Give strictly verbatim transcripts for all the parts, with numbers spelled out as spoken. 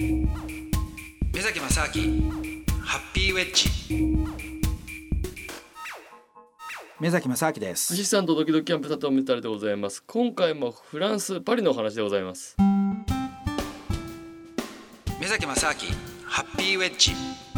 目崎正明ハッピーウェッジ。目崎正明です。 アシスタントドキドキキャンプ佐藤メタルでございます。今回もフランスパリのお話でございます。 目崎正明ハッピーウェッジ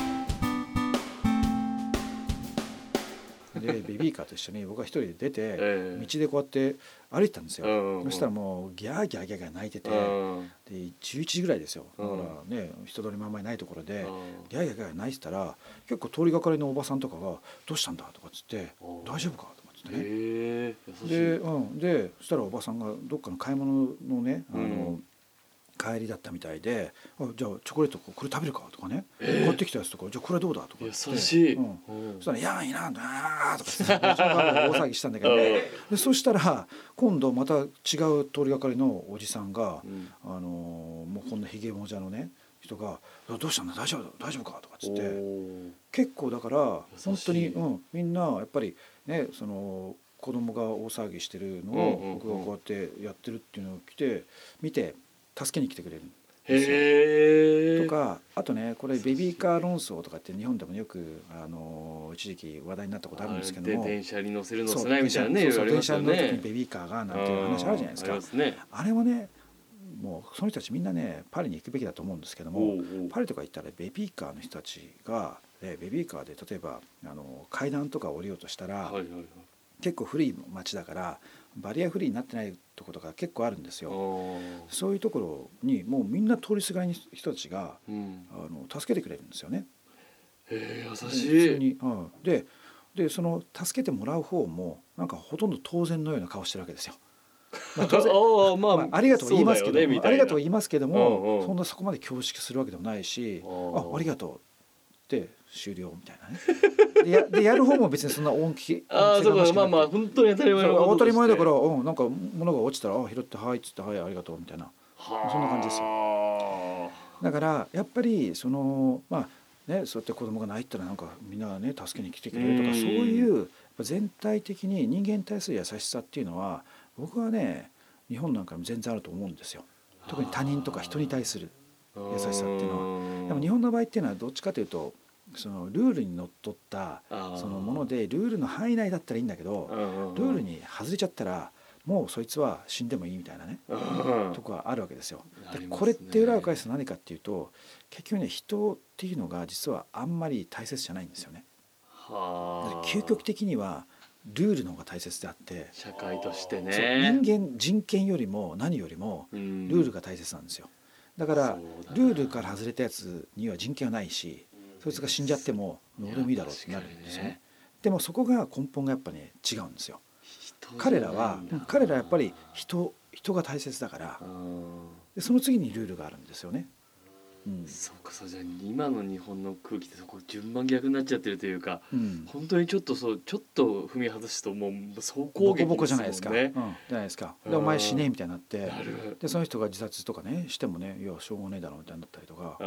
でベビーカーと一緒に僕は一人で出て、えー、道でこうやって歩いてたんですよ、うんうん、そしたらもうギャーギャーギャーギャー泣いてて、うん、でじゅういちじぐらいですよ。だからね、人通りもあんまりないところで、うん、ギャーギャーギャー泣いてたら結構通りがかりのおばさんとかがどうしたんだとかっつって大丈夫かとかっつってね、 えー、 で、うん、でそしたらおばさんがどっかの買い物のねあの、うん帰りだったみたいで、あじゃあチョコレートこれ食べるかとかね、えー、買ってきたやつとかじゃあこれどうだとか優しい、 うんうん、そしたらいやいいなあとかって大騒ぎしたんだけど、ね、でそしたら今度また違う通りがかりのおじさんが、うん、あのもうこんなひげもじゃのね人がどうしたんだ大丈夫大丈夫かとかっつって結構だから本当に、うん、みんなやっぱりねその子供が大騒ぎしてるのを僕がこうやってやってるっていうのを来て見て助けに来てくれるんですよ。へとかあとねこれベビーカー論争とかって日本でもよくあの一時期話題になったことあるんですけども、 電車に乗せる乗せないみたいなね、 そうそう電車に乗る時にベビーカーがなんていう話あるじゃないですか。 あ, ね、あれはねもうその人たちみんなねパリに行くべきだと思うんですけども、おうおうパリとか行ったらベビーカーの人たちがベビーカーで例えばあの階段とか降りようとしたら、はいはいはい、結構古い街だからバリアフリーになってないところが結構あるんですよ。そういうところにもうみんな通りすがりの人たちが、うん、あの助けてくれるんですよね。 へー優しい。 普通に、うん、で, でその助けてもらう方もなんかほとんど当然のような顔してるわけですよ。まあ、当然あ、まあまあ、ありがとう言いますけど、ね、ありがとう言いますけども、うんうん、そんなそこまで恐縮するわけでもないし、あありがとうって終了みたいなね。で や, でやる方も別にそんな恩恵ああそうかまあまあ本当に当たり前のこと当たり前だから、うん、なんか物が落ちたらあ拾ってはいっつってはいありがとうみたいなそんな感じですよ。だからやっぱりそのまあねそうやって子供が泣いたらなんかみんなね助けに来てくれるとかそういう全体的に人間に対する優しさっていうのは僕はね日本なんかも全然あると思うんですよ。特に他人とか人に対する優しさっていうのは。でも日本の場合っていうのはどっちかというとそのルールにのっとったそのものでルールの範囲内だったらいいんだけどルールに外れちゃったらもうそいつは死んでもいいみたいなねとこがあるわけですよ。でこれって裏を返すと何かっていうと結局ね人っていうのが実はあんまり大切じゃないんですよね。究極的にはルールの方が大切であって社会としてね人間人権よりも何よりもルールが大切なんですよ。だからルールから外れたやつには人権はないしそいつが死んじゃってもどうでもいいだろうってなるんですよね。でもそこが根本がやっぱね違うんですよ。彼らは彼らやっぱり人人が大切だからでその次にルールがあるんですよね。 うん、そうかそうじゃあ今の日本の空気ってそこ順番逆になっちゃってるというか、うん、本当にちょっとそうちょっと踏み外すともう総攻撃ですもんね。ボコボコじゃないですか、うん、じゃないですか。でお前死ねみたいになってでその人が自殺とかねしてもねいやしょうがねえだろうみたいになったりとか、うん、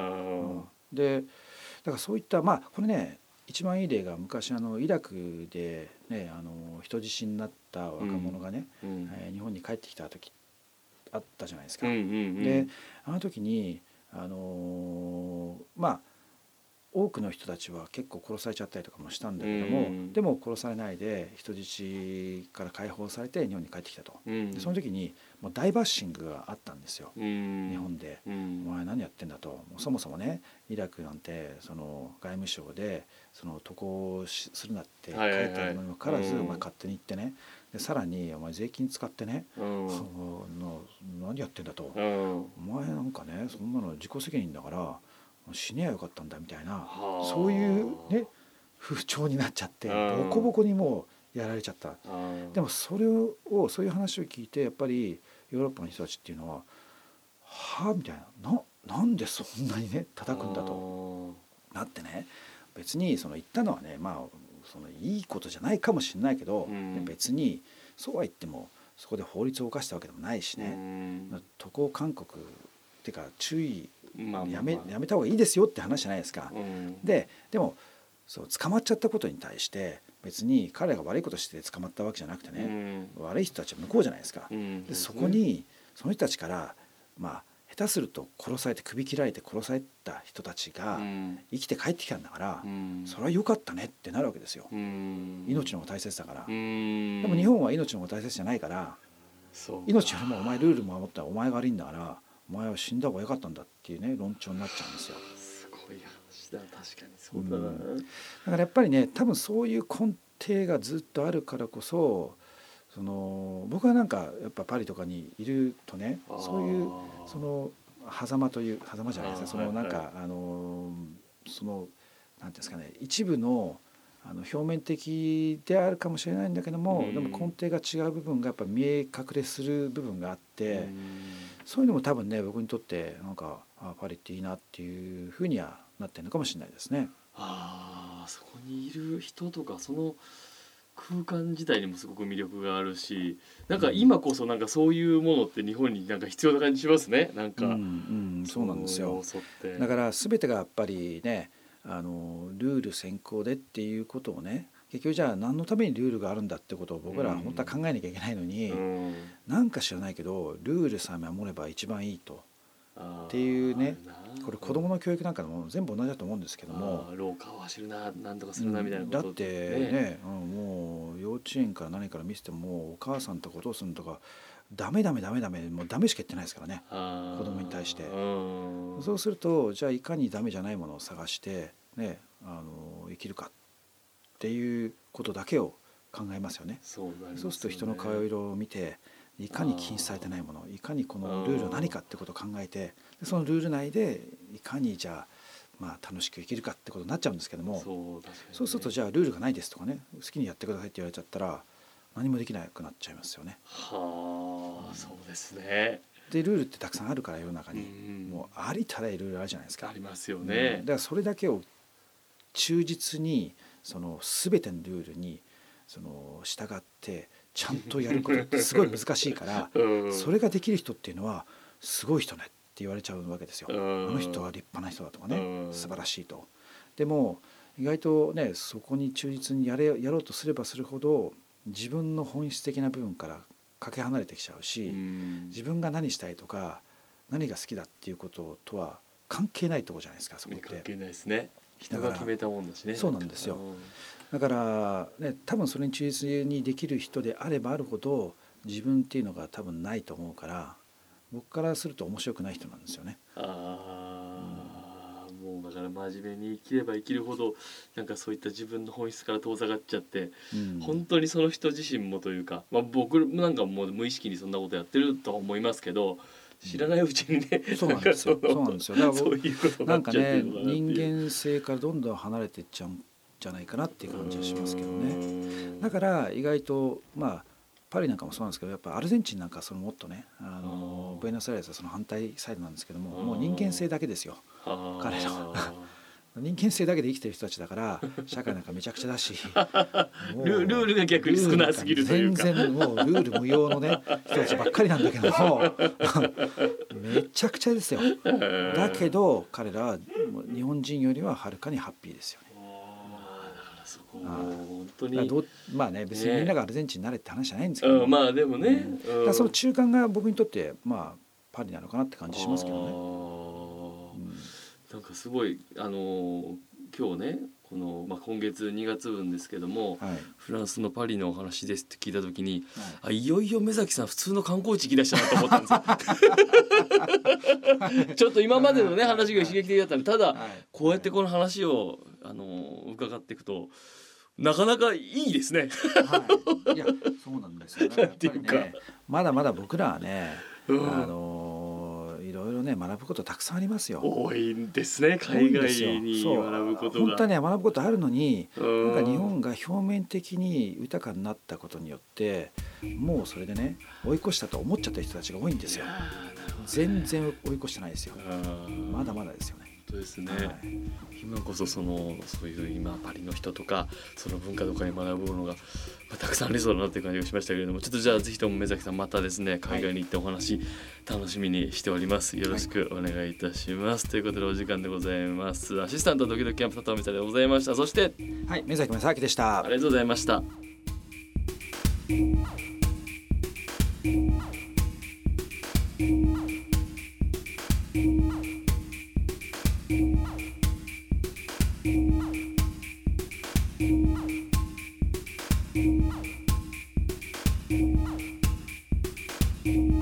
でだからそういったまあこれね一番いい例が昔あのイラクで、ね、あの人質になった若者がね、うんうんえー、日本に帰ってきた時あったじゃないですか。うんうんうん、であの時にあのー、まあ多くの人たちは結構殺されちゃったりとかもしたんだけども、うん、でも殺されないで人質から解放されて日本に帰ってきたと、うん、でその時にもう大バッシングがあったんですよ、うん、日本で、うん、お前何やってんだともうそもそもねイラクなんてその外務省でその渡航するなって書いてあるのにもかかわらず、はいはいはい、お前勝手に行ってねでさらにお前税金使ってね、うん、何やってんだと、うん、お前なんかねそんなの自己責任だから死ねばよかったんだみたいなそういうね風潮になっちゃってボコボコにもうやられちゃった。でもそれをそういう話を聞いてやっぱりヨーロッパの人たちっていうのははあみたいな な, なんでそんなにね叩くんだとなってね別にその言ったのはねまあそのいいことじゃないかもしれないけど、うん、別にそうは言ってもそこで法律を犯したわけでもないしね、うん、渡航勧告っていうか注意や め, やめた方がいいですよって話じゃないですか、うん、で, でもそう捕まっちゃったことに対して別に彼が悪いことして捕まったわけじゃなくてね、うん、悪い人たちは向こうじゃないですか、うん、でそこにその人たちからまあ下手すると殺されて首切られて殺された人たちが生きて帰ってきたんだから、うん、それは良かったねってなるわけですよ、うん、命の方が大切だから、うん、でも日本は命の方が大切じゃないから、命よりもお前ルール守ったらお前が悪いんだからお前は死んだ方が良かったんだっていうね論調になっちゃうんですよ。 すごい話だ。確かにそうだな、うん、だからやっぱりね多分そういう根底がずっとあるからこそ、その僕はなんかやっぱパリとかにいるとね、そういうその狭間という狭間じゃないですか、そのなんか、はい、あのそのなんていうんですかね、一部のあの表面的であるかもしれないんだけども、うん、でも根底が違う部分がやっぱ見え隠れする部分があって、うん、そういうのも多分ね僕にとってなんかあパリっていいなっていうふうにはなってるのかもしれないですね。 あ、そこにいる人とかその空間自体にもすごく魅力があるし、なんか今こそなんかそういうものって日本になんか必要な感じしますね。なんか、うんうん、 そうなんですよ。だから全てがやっぱりね、あのルール先行でっていうことをね、結局じゃあ何のためにルールがあるんだってことを僕らは本当は考えなきゃいけないのに、うん、なんか知らないけどルールさえ守れば一番いいとっていうね、これ子どもの教育なんかでも全部同じだと思うんですけども、 廊下を走るな、なんとかするなみたいなこと、 だってね、うん、もう幼稚園から何から見せてもお母さんとかお父さんとかダメダメダメダメもうダメしか言ってないですからね、子供に対して。そうするとじゃあいかにダメじゃないものを探してね、あの生きるかっていうことだけを考えますよね。そうなりますよね。そうすると人の顔色を見ていかに禁止されてないもの、いかにこのルールは何かってことを考えて、そのルール内でいかにじゃあまあ楽しく生きるかってことになっちゃうんですけども、そう、確かにね、そうするとじゃあルールがないですとかね、好きにやってくださいって言われちゃったら何もできなくなっちゃいますよね。 はあ、そうですね。 でルールってたくさんあるから世の中に、うん、もうありとあらゆるルールあるじゃないですか。 ありますよね、 うん、だからそれだけを忠実にその全てのルールにその従ってちゃんとやることってすごい難しいから、うん、それができる人っていうのはすごい人ねって言われちゃうわけですよ、うん、あの人は立派な人だとかね、うん、素晴らしいと。でも意外とねそこに忠実にやれやろうとすればするほど自分の本質的な部分からかけ離れてきちゃうし、うん、自分が何したいとか何が好きだっていうこととは関係ないところじゃないですか、そこって。 関係ないですね。人が決めたもんだしね。 そうなんですよ。だから、ね、多分それに忠実にできる人であればあるほど自分っていうのが多分ないと思うから、僕からすると面白くない人なんですよね。 あ、うん、もうだから真面目に生きれば生きるほどなんかそういった自分の本質から遠ざかっちゃって、うん、本当にその人自身もというか、まあ、僕なんかもう無意識にそんなことやってるとは思いますけど、知らないうちにね、 うん、そうなんですよ。そうなんですよ。だから僕なんかね、人間性からどんどん離れていっちゃうじゃないかなっていう感じはしますけどね。だから意外とまあパリなんかもそうなんですけど、やっぱアルゼンチンなんかそのもっとね、あのブエノスアイレスはその反対サイドなんですけども、もう人間性だけですよ彼らは。人間性だけで生きてる人たちだから社会なんかめちゃくちゃだしル, ルールが逆に少なすぎるというか、 全然もうルール無用のね人たちばっかりなんだけどもめちゃくちゃですよ。だけど彼らは日本人よりははるかにハッピーですよね。 本当にどまあね、別にみんながアルゼンチンになれって話じゃないんですけど、ね、 うん、まあでもね、うん、 だからその中間が僕にとってまあパリなのかなって感じしますけどね。 うん、なんかすごいあの今日ねこの、まあ、今月にがつぶんですけども、はい、フランスのパリのお話ですって聞いた時に、はい、あいよいよ目崎さん普通の観光地行きだしたなと思ったんですよちょっと今までのね話が刺激的だったので、ただ、はい、こうやってこの話をあの伺っていくとなかなかいいですねはい、いやそうなんですよ、ね、やっぱりねまだまだ僕らはね、うん、あのいろいろね学ぶことたくさんありますよ。 多いんですね、海外に学ぶことが。 本当はね学ぶことあるのに、なんか日本が表面的に豊かになったことによってもうそれでね追い越したと思っちゃった人たちが多いんですよ。全然追い越してないですよ。まだまだですよね。 本当ですね、はい、今こそそのそういう今パリの人とかその文化とかに学ぶものが、まあ、たくさんありそうだなっていう感じがしましたけれども、ちょっとじゃあぜひとも目崎さんまたですね海外に行ってお話楽しみにしております。よろしくお願いいたします、はい、ということでお時間でございます。アシスタントドキドキキャンプ佐藤美沙でございました。そしてはい目崎正明でした。 ありがとうございました。 はい